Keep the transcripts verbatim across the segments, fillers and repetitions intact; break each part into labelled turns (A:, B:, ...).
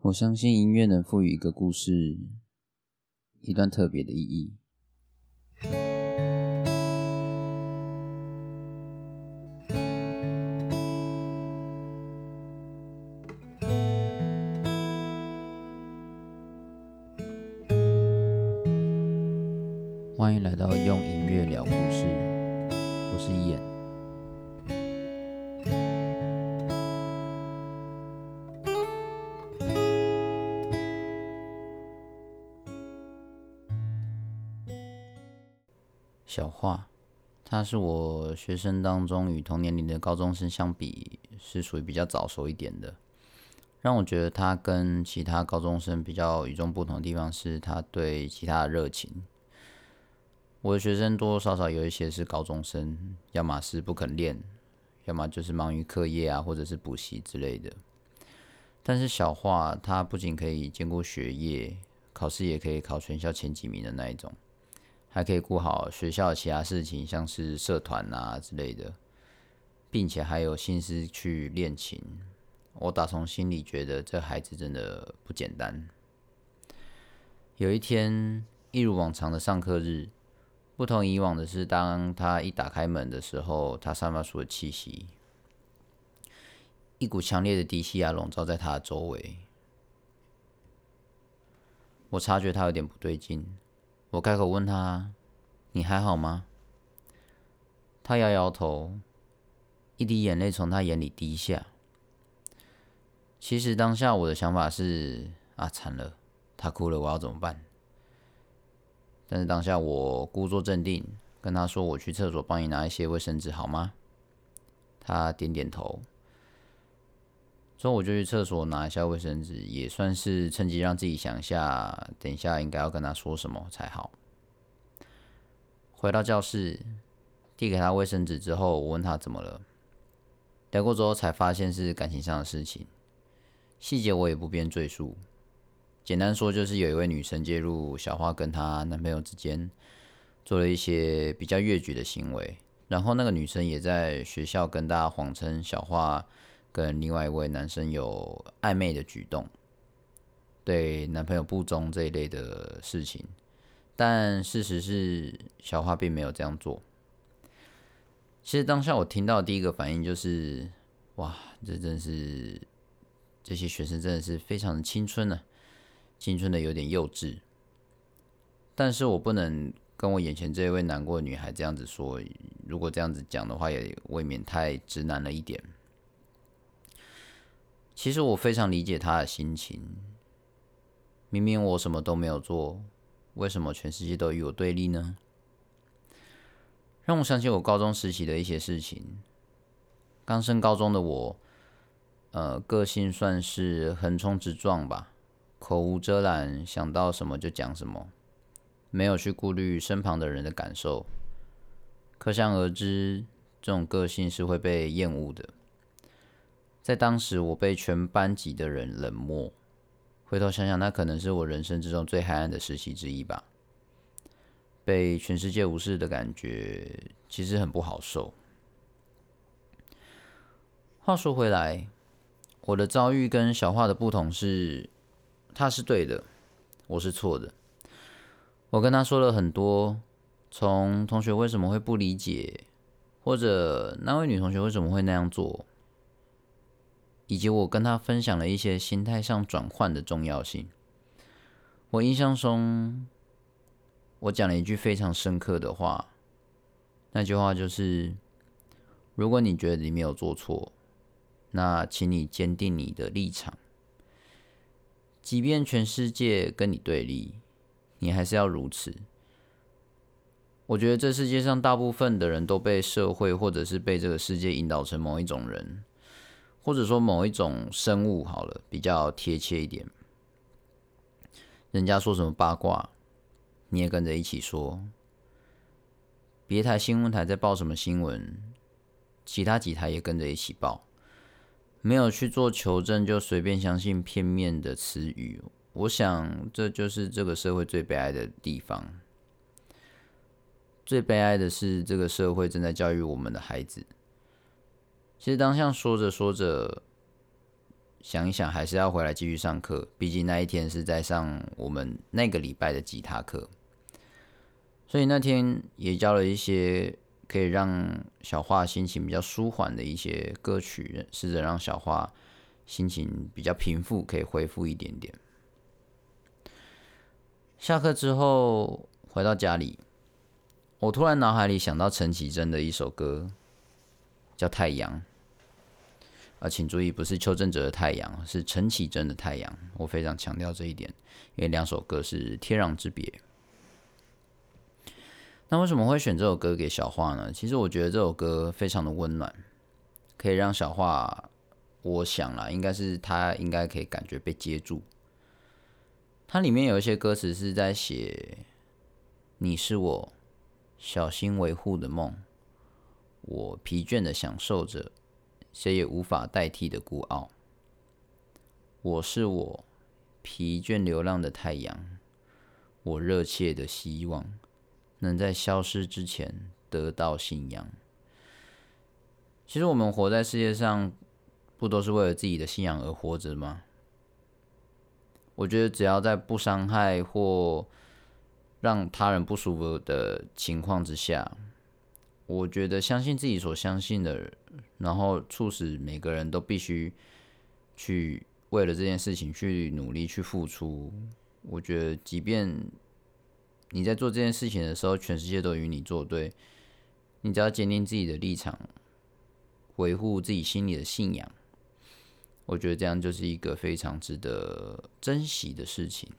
A: 我相信音乐能赋予一个故事一段特别的意义。欢迎来到用音乐聊故事，我是伊眼。小画，他是我学生当中与同年龄的高中生相比，是属于比较早熟一点的。让我觉得他跟其他高中生比较与众不同的地方是，他对其他的热情。我的学生多多少少有一些是高中生，要么是不肯练，要么就是忙于课业啊，或者是补习之类的。但是小画他不仅可以兼顾学业，考试也可以考全校前几名的那一种。还可以顾好学校的其他事情，像是社团啊之类的，并且还有心思去练琴。我打从心里觉得这孩子真的不简单。有一天，一如往常的上课日，不同以往的是，当他一打开门的时候，他散发出的气息，一股强烈的低气压笼罩在他的周围。我察觉他有点不对劲。我开口问他：“你还好吗？”他摇摇头，一滴眼泪从他眼里滴下。其实当下我的想法是：啊，惨了，他哭了，我要怎么办？但是当下我故作镇定，跟他说：“我去厕所帮你拿一些卫生纸好吗？”他点点头。之后我就去厕所拿一下卫生纸，也算是趁机让自己想一下，等一下应该要跟他说什么才好。回到教室，递给他卫生纸之后，我问他怎么了。聊过之后才发现是感情上的事情，细节我也不便赘述。简单说就是有一位女生介入小花跟她男朋友之间，做了一些比较越矩的行为，然后那个女生也在学校跟大家谎称小花跟另外一位男生有暧昧的举动，对男朋友不忠这一类的事情。但事实是，小花并没有这样做。其实当下我听到的第一个反应就是，哇，这真是这些学生真的是非常的青春啊，青春的有点幼稚。但是我不能跟我眼前这一位难过的女孩这样子说，如果这样子讲的话，也未免太直男了一点。其实我非常理解她的心情，明明我什么都没有做，为什么全世界都与我对立呢？让我想起我高中时期的一些事情。刚升高中的我，呃，个性算是横冲直撞吧，口无遮拦，想到什么就讲什么，没有去顾虑身旁的人的感受。可想而知，这种个性是会被厌恶的。在当时，我被全班级的人冷漠。回头想想，那可能是我人生之中最黑暗的时期之一吧。被全世界无视的感觉，其实很不好受。话说回来，我的遭遇跟小画的不同是，他是对的，我是错的。我跟他说了很多，从同学为什么会不理解，或者那位女同学为什么会那样做，以及我跟他分享了一些心态上转换的重要性。我印象中，我讲了一句非常深刻的话，那句话就是：如果你觉得你没有做错，那请你坚定你的立场，即便全世界跟你对立，你还是要如此。我觉得这世界上大部分的人都被社会或者是被这个世界引导成某一种人，或者说某一种生物好了，比较贴切一点。人家说什么八卦，你也跟着一起说。别台新闻台在报什么新闻，其他几台也跟着一起报。没有去做求证就随便相信片面的词语，我想这就是这个社会最悲哀的地方。最悲哀的是，这个社会正在教育我们的孩子。其实当下说着说着， 想一想还是要回来继续上课，毕竟那一天是在上我们那个礼拜的吉他课，所以那天也教了一些可以让小花心情比较舒缓的一些歌曲，试着让小花心情比较平复，可以恢复一点点。下课之后回到家里，我突然脑海里想到陈绮贞的一首歌，叫《太阳》。啊，请注意，不是邱正哲的太阳，是陈绮贞的太阳。我非常强调这一点，因为两首歌是天壤之别。那为什么会选这首歌给小花呢？其实我觉得这首歌非常的温暖，可以让小花，我想啦，应该是她应该可以感觉被接住。它里面有一些歌词是在写，你是我小心维护的梦，我疲倦的享受着谁也无法代替的孤傲。我是我疲倦流浪的太阳，我热切的希望能在消失之前得到信仰。其实我们活在世界上，不都是为了自己的信仰而活着吗？我觉得只要在不伤害或让他人不舒服的情况之下，我觉得相信自己所相信的，然后促使每个人都必须去为了这件事情去努力去付出。我觉得即便你在做这件事情的时候，全世界都与你作对，你只要坚定自己的立场，维护自己心里的信仰，我觉得这样就是一个非常值得珍惜的事情。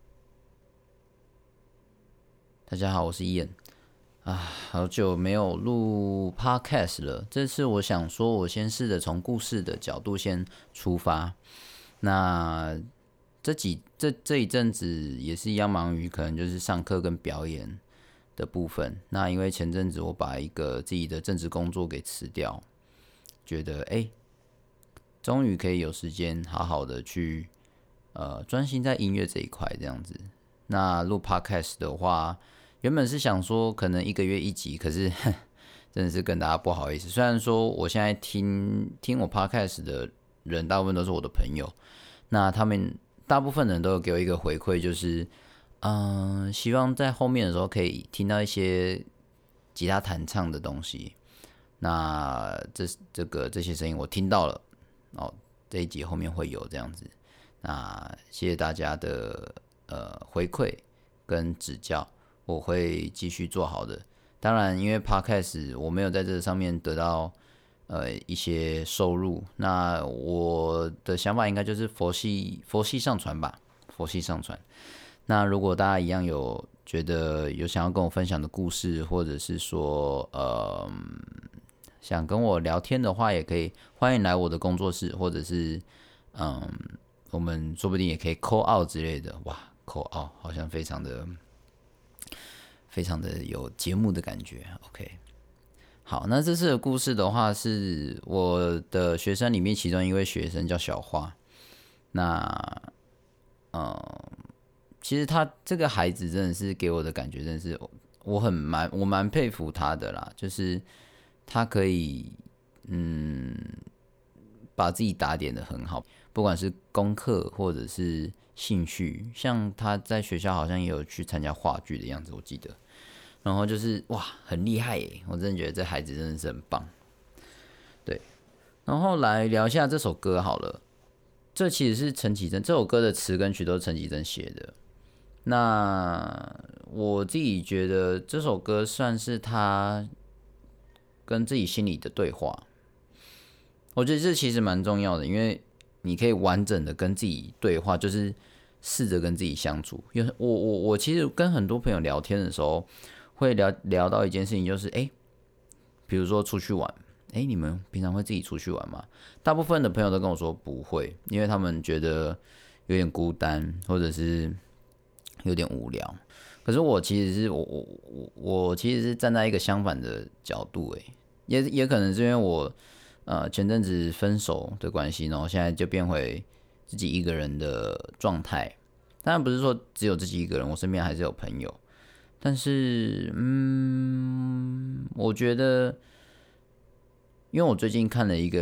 A: 大家好，我是伊恩啊，好久没有录 podcast 了。这次我想说，我先试着从故事的角度先出发。那这几这这一阵子也是一样忙于可能就是上课跟表演的部分。那因为前阵子我把一个自己的正职工作给辞掉，觉得哎。欸终于可以有时间好好的去呃专心在音乐这一块这样子。那录 podcast 的话，原本是想说可能一个月一集，可是真的是跟大家不好意思。虽然说我现在听听我 podcast 的人大部分都是我的朋友，那他们大部分人都有给我一个回馈，就是嗯、呃，希望在后面的时候可以听到一些吉他弹唱的东西。那这这个这些声音我听到了。哦，这一集后面会有这样子，那谢谢大家的呃回馈跟指教，我会继续做好的。当然，因为 Podcast 我没有在这上面得到呃一些收入，那我的想法应该就是佛系佛系上传吧，佛系上传。那如果大家一样有觉得有想要跟我分享的故事，或者是说呃。想跟我聊天的话，也可以欢迎来我的工作室，或者是嗯，我们说不定也可以 call out 之类的。哇 ，call out 好像非常的非常的有节目的感觉。OK， 好，那这次的故事的话，是我的学生里面其中一位学生叫小花。那嗯，其实他这个孩子真的是给我的感觉，真的是我很蛮我蛮佩服他的啦，就是。他可以，嗯，把自己打点得很好，不管是功课或者是兴趣，像他在学校好像也有去参加话剧的样子，我记得。然后就是哇，很厉害耶！我真的觉得这孩子真的是很棒。对，然后来聊一下这首歌好了。这其实是陈绮贞这首歌的词跟曲都是陈绮贞写的。那我自己觉得这首歌算是他。跟自己心里的对话，我觉得这其实蛮重要的，因为你可以完整的跟自己对话，就是试着跟自己相处。因为我我我其实跟很多朋友聊天的时候，会聊聊到一件事情，就是哎，比如说出去玩，哎，你们平常会自己出去玩吗？大部分的朋友都跟我说不会，因为他们觉得有点孤单，或者是有点无聊。可是我其实是我我我我其实是站在一个相反的角度，诶，也也可能是因为我呃前阵子分手的关系，然后现在就变回自己一个人的状态。当然不是说只有自己一个人，我身边还是有朋友。但是嗯，我觉得，因为我最近看了一个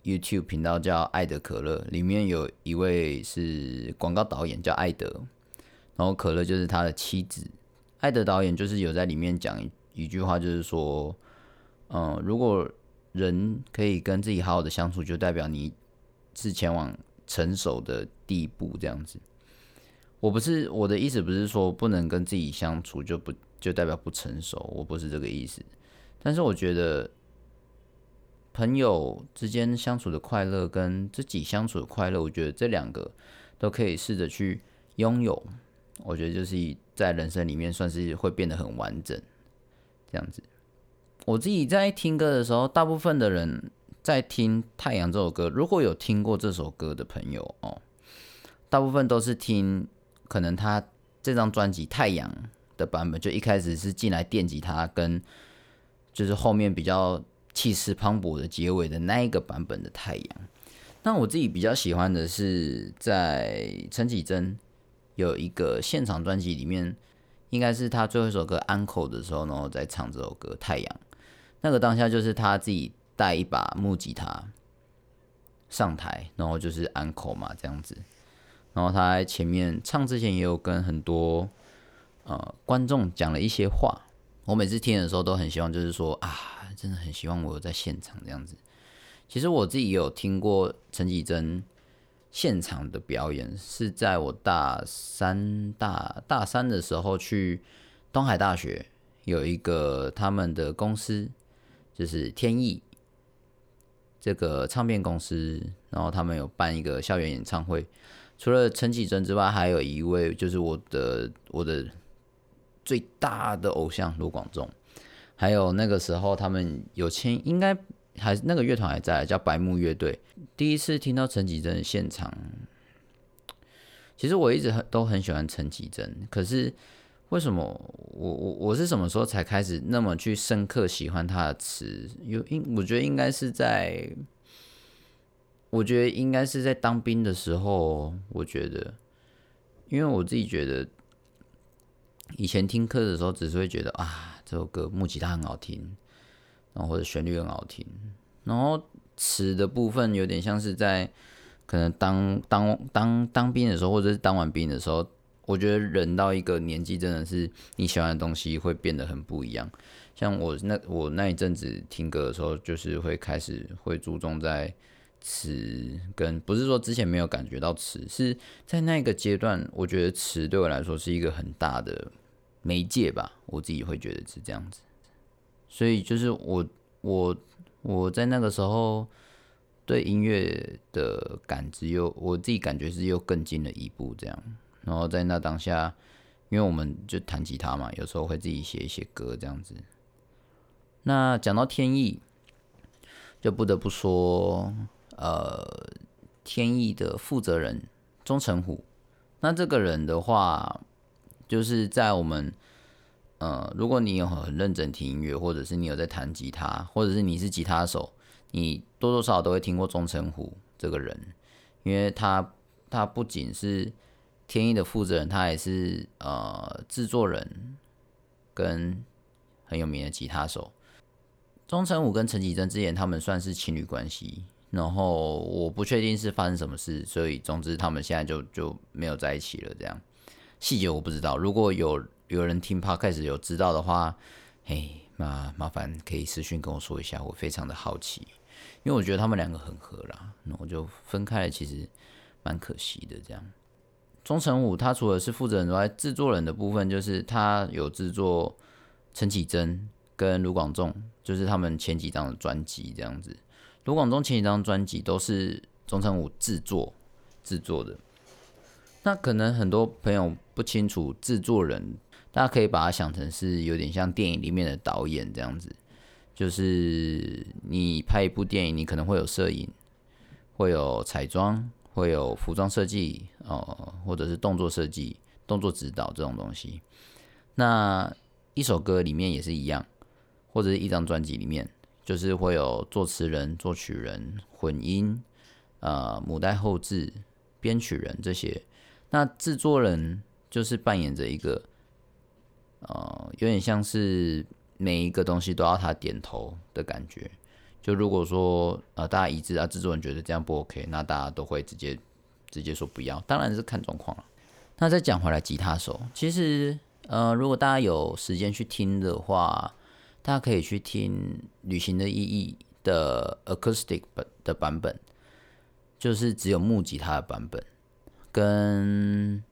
A: YouTube 频道叫艾德可乐，里面有一位是广告导演叫艾德，然后可乐就是他的妻子。艾德导演就是有在里面讲 一, 一句话，就是说，嗯，如果人可以跟自己好好的相处，就代表你是前往成熟的第一步，这样子。我不是我的意思，不是说不能跟自己相处就不就代表不成熟，我不是这个意思。但是我觉得朋友之间相处的快乐跟自己相处的快乐，我觉得这两个都可以试着去拥有。我觉得就是在人生里面算是会变得很完整，这样子。我自己在听歌的时候，大部分的人在听《太阳》这首歌，如果有听过这首歌的朋友哦，大部分都是听可能他这张专辑《太阳》的版本，就一开始是进来电吉他，跟就是后面比较气势磅礴的结尾的那一个版本的《太阳》。那我自己比较喜欢的是在陈绮贞有一个现场专辑里面，应该是他最后一首歌安可的时候，然后再唱这首歌《太阳》。那个当下就是他自己带一把木吉他上台，然后就是安可嘛这样子。然后他在前面唱之前也有跟很多呃观众讲了一些话。我每次听的时候都很希望就是说啊，真的很希望我有在现场这样子。其实我自己也有听过陈绮贞现场的表演，是在我大三大大三的时候去东海大学有一个他们的公司，就是天意这个唱片公司，然后他们有办一个校园演唱会。除了陈绮贞之外，还有一位就是我的我的最大的偶像卢广仲，还有那个时候他们有签，应该还那个乐团还在，叫白木乐队。第一次听到陈绮贞的现场，其实我一直很都很喜欢陈绮贞，可是为什么我我我是什么时候才开始那么去深刻喜欢她的词？有，我觉得应该是在。我觉得应该是在当兵的时候，我觉得，因为我自己觉得，以前听歌的时候，只是会觉得啊，这首歌木吉他很好听，然后或者旋律很好听，然后词的部分有点像是在可能当当当当兵的时候，或者是当完兵的时候，我觉得人到一个年纪，真的是你喜欢的东西会变得很不一样。像我那我那一阵子听歌的时候，就是会开始会注重在。词跟不是说之前没有感觉到词，是在那个阶段，我觉得词对我来说是一个很大的媒介吧，我自己会觉得是这样子。所以就是我我我在那个时候对音乐的感知又我自己感觉是又更进了一步这样。然后在那当下，因为我们就弹吉他嘛，有时候会自己写一些歌这样子。那讲到天意，就不得不说。呃，天意的负责人钟成虎，那这个人的话，就是在我们呃，如果你有很认真听音乐，或者是你有在弹吉他，或者是你是吉他手，你多多少少都会听过钟成虎这个人，因为他他不仅是天意的负责人，他也是呃制作人跟很有名的吉他手。钟成虎跟陈绮贞之前他们算是情侣关系。然后我不确定是发生什么事，所以总之他们现在就就没有在一起了。这样细节我不知道，如果有有人听 Podcast 有知道的话，嘿，那麻烦可以私讯跟我说一下，我非常的好奇，因为我觉得他们两个很合啦，那我就分开了，其实蛮可惜的。这样，钟成武他除了是负责人之外，制作人的部分就是他有制作陈绮贞跟卢广仲，就是他们前几张的专辑这样子。卢广仲前几张专辑都是钟成武制作制作的，那可能很多朋友不清楚制作人，大家可以把它想成是有点像电影里面的导演这样子，就是你拍一部电影，你可能会有摄影，会有彩妆，会有服装设计，呃，或者是动作设计、动作指导这种东西。那一首歌里面也是一样，或者是一张专辑里面。就是会有作词人、作曲人、混音、呃母带后制、编曲人这些。那制作人就是扮演着一个，呃，有点像是每一个东西都要他点头的感觉。 就如果说呃大家一致啊，制作人觉得这样不 OK， 那大家都会直接直接说不要，当然是看状况了。那再讲回来，吉他手其实呃，如果大家有时间去听的话，大家可以去听《旅行的意义》的 acoustic 的版本，就是只有木吉他的版本，跟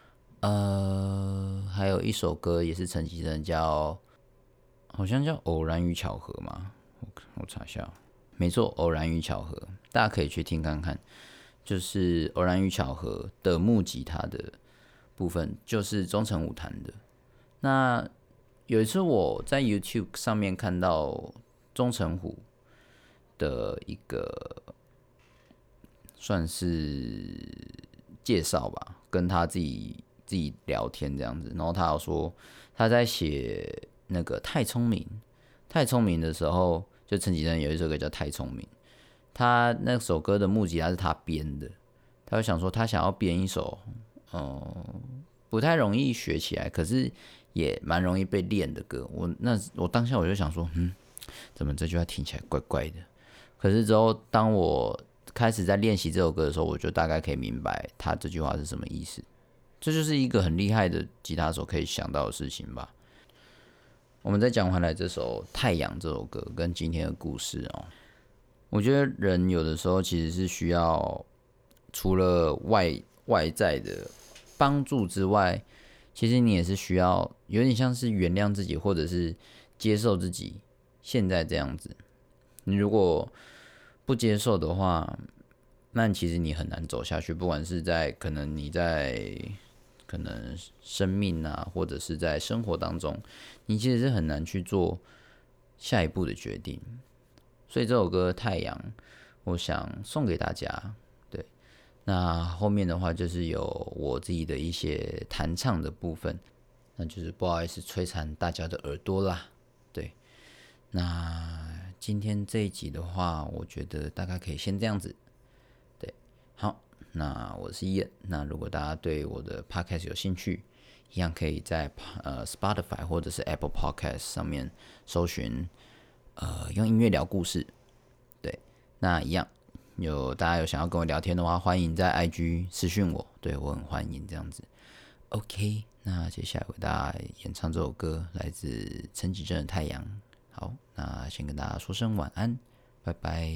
A: 呃还有一首歌也是陈绮贞，叫好像叫《偶然与巧合》嘛，我我查一下，没错，《偶然与巧合》，大家可以去听看看，就是《偶然与巧合》的木吉他的部分，就是中城武弹的。那有一次我在 YouTube 上面看到钟成虎的一个算是介绍吧，跟他自己自己聊天这样子，然后他有说他在写那个太聪明，太聪明的时候，就陈绮贞有一首歌叫太聪明，他那首歌的木吉他是他编的，他就想说他想要编一首，嗯，不太容易学起来，可是也蛮容易被练的歌。我那我当下我就想说，嗯，怎么这句话听起来怪怪的？可是之后当我开始在练习这首歌的时候，我就大概可以明白他这句话是什么意思。这就是一个很厉害的吉他手可以想到的事情吧。我们再讲回来这首《太阳》这首歌跟今天的故事哦，我觉得人有的时候其实是需要除了外外在的帮助之外，其实你也是需要有点像是原谅自己，或者是接受自己现在这样子。你如果不接受的话，那其实你很难走下去，不管是在可能你在可能生命啊，或者是在生活当中，你其实是很难去做下一步的决定。所以这首歌《太阳》，我想送给大家。对，那后面的话就是有我自己的一些弹唱的部分，那就是不好意思摧残大家的耳朵啦。对，那今天这一集的话，我觉得大概可以先这样子。对，好。那我是 Ian， 那如果大家对我的 Podcast 有兴趣，一样可以在呃 Spotify 或者是 Apple Podcast 上面搜寻呃用音乐聊故事。对，那一样有大家有想要跟我聊天的话，欢迎在 I G 私讯我，对我很欢迎这样子。OK， 那接下来为大家演唱这首歌，来自陈绮贞的《太阳》。好，那先跟大家说声晚安，拜拜。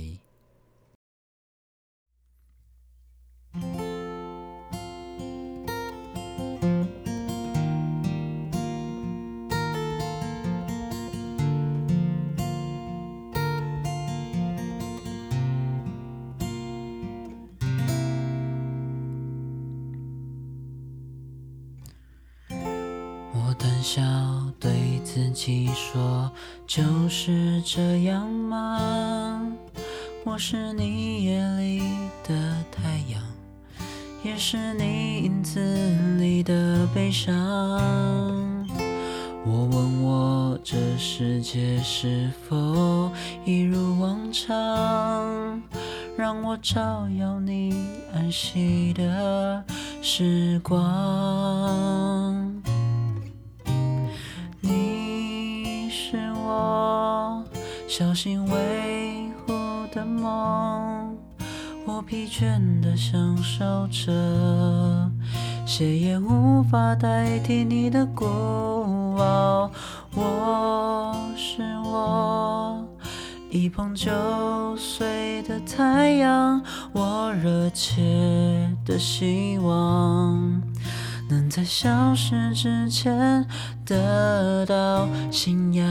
A: 我胆小对自己说，就是这样吗？我是你夜里的太阳，也是你影子里的悲伤。我问我这世界是否一如往常，让我照耀你安息的时光。你是我小心维护的梦，我疲倦地享受着，谁也无法代替你的孤傲。我是我，一碰就碎的太阳，我热切的希望能在消失之前得到信仰。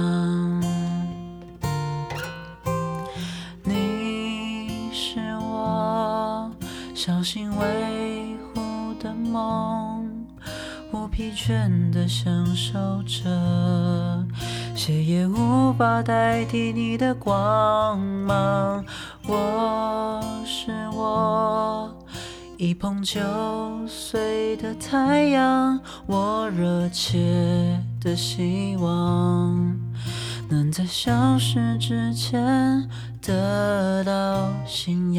A: 你是我小心维护的梦，我疲倦地享受着，谁也无法代替你的光芒。我是我，一碰就碎的太阳，我热切的希望能在消失之前得到信